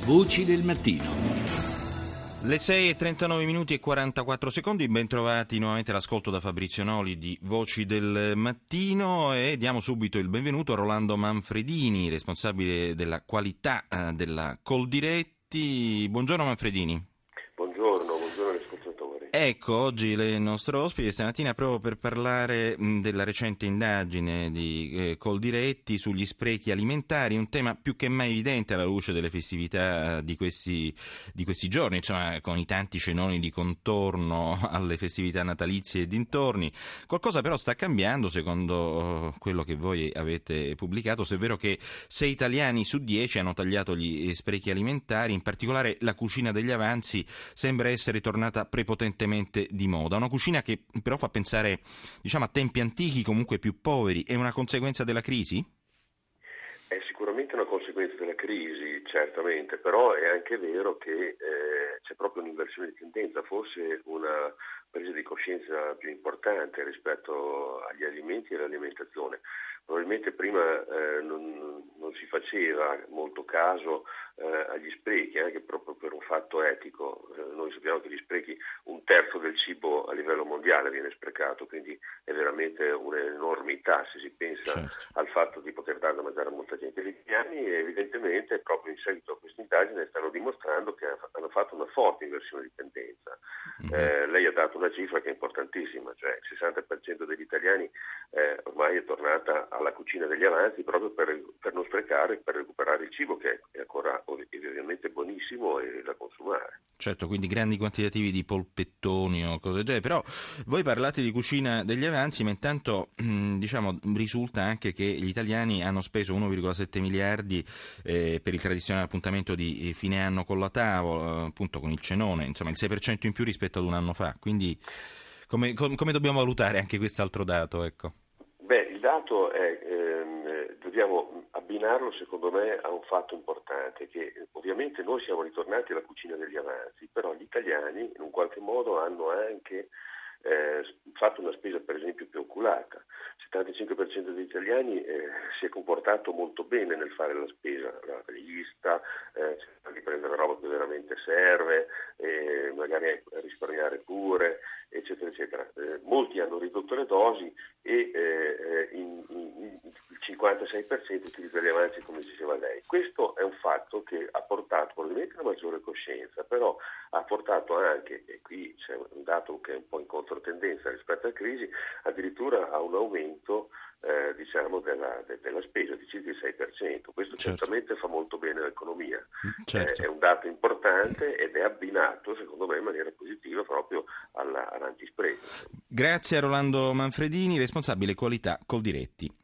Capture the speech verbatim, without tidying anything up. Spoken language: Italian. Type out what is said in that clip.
Voci del mattino. Le sei e trentanove minuti e quarantaquattro secondi, ben trovati nuovamente all'ascolto da Fabrizio Noli di Voci del Mattino e diamo subito il benvenuto a Rolando Manfredini, responsabile della qualità eh, della Coldiretti. Buongiorno Manfredini. Buongiorno, buongiorno agli ascoltatori. Ecco, oggi il nostro ospite stamattina proprio per parlare mh, della recente indagine di eh, Coldiretti sugli sprechi alimentari, un tema più che mai evidente alla luce delle festività di questi, di questi giorni, insomma, con i tanti cenoni di contorno alle festività natalizie e dintorni. Qualcosa però sta cambiando secondo quello che voi avete pubblicato, se è vero che sei italiani su dieci hanno tagliato gli sprechi alimentari, in particolare la cucina degli avanzi sembra essere tornata prepotentemente di moda, una cucina che però fa pensare, diciamo, a tempi antichi, comunque più poveri. È una conseguenza della crisi? È sicuramente una conseguenza della crisi, certamente, però è anche vero che eh, c'è proprio un'inversione di tendenza, forse una presa di coscienza più importante rispetto agli alimenti e all'alimentazione. Probabilmente prima eh, non, non si faceva molto caso eh, agli sprechi, anche proprio per un fatto etico. Eh, noi sappiamo che gli sprechi, un terzo del cibo a livello mondiale viene sprecato, quindi è veramente un'enormità se si pensa certo. al fatto di poter dare da mangiare a molta gente. Gli italiani evidentemente proprio in seguito a questa indagine stanno dimostrando che hanno fatto una forte inversione di tendenza. Mm-hmm. Eh, lei ha dato una cifra che è importantissima, cioè il sessanta per cento degli italiani eh, ormai è tornata alla cucina degli avanzi proprio per, per non sprecare, per recuperare il cibo che è ancora ovviamente buonissimo e da consumare. Certo, quindi grandi quantitativi di polpettoni o cose del genere, però voi parlate di cucina degli avanzi, ma intanto mh, diciamo risulta anche che gli italiani hanno speso uno virgola sette miliardi eh, per il tradizionale appuntamento di fine anno con la tavola, appunto con il cenone, insomma il sei per cento in più rispetto ad un anno fa, quindi come, com, come dobbiamo valutare anche quest'altro dato, ecco? Beh, il dato è, ehm, dobbiamo abbinarlo secondo me a un fatto importante, che ovviamente noi siamo ritornati alla cucina degli avanzi, però gli italiani in un qualche modo hanno anche eh, fatto una spesa per esempio più oculata. Il settantacinque per cento degli italiani eh, si è comportato molto bene nel fare la spesa, la lista, eh, di prendere roba che veramente serve, eh, magari risparmiare pure, eccetera, eccetera. Eh, molti hanno ridotto le dosi e eh, in, in, il cinquantasei per cento utilizza gli avanzi, come diceva lei. Questo è un fatto che ha portato probabilmente una maggiore coscienza, però ha portato anche, e qui c'è un dato che è un po' in controtendenza rispetto alla crisi, addirittura a un aumento eh, diciamo della, de, della spesa di circa il sei per cento. Questo certo. certamente fa molto bene all'economia. Certo. Eh, è un dato importante ed è abbinato secondo me in maniera positiva proprio alla, all'antispreco. Grazie a Rolando Manfredini, responsabile qualità Coldiretti.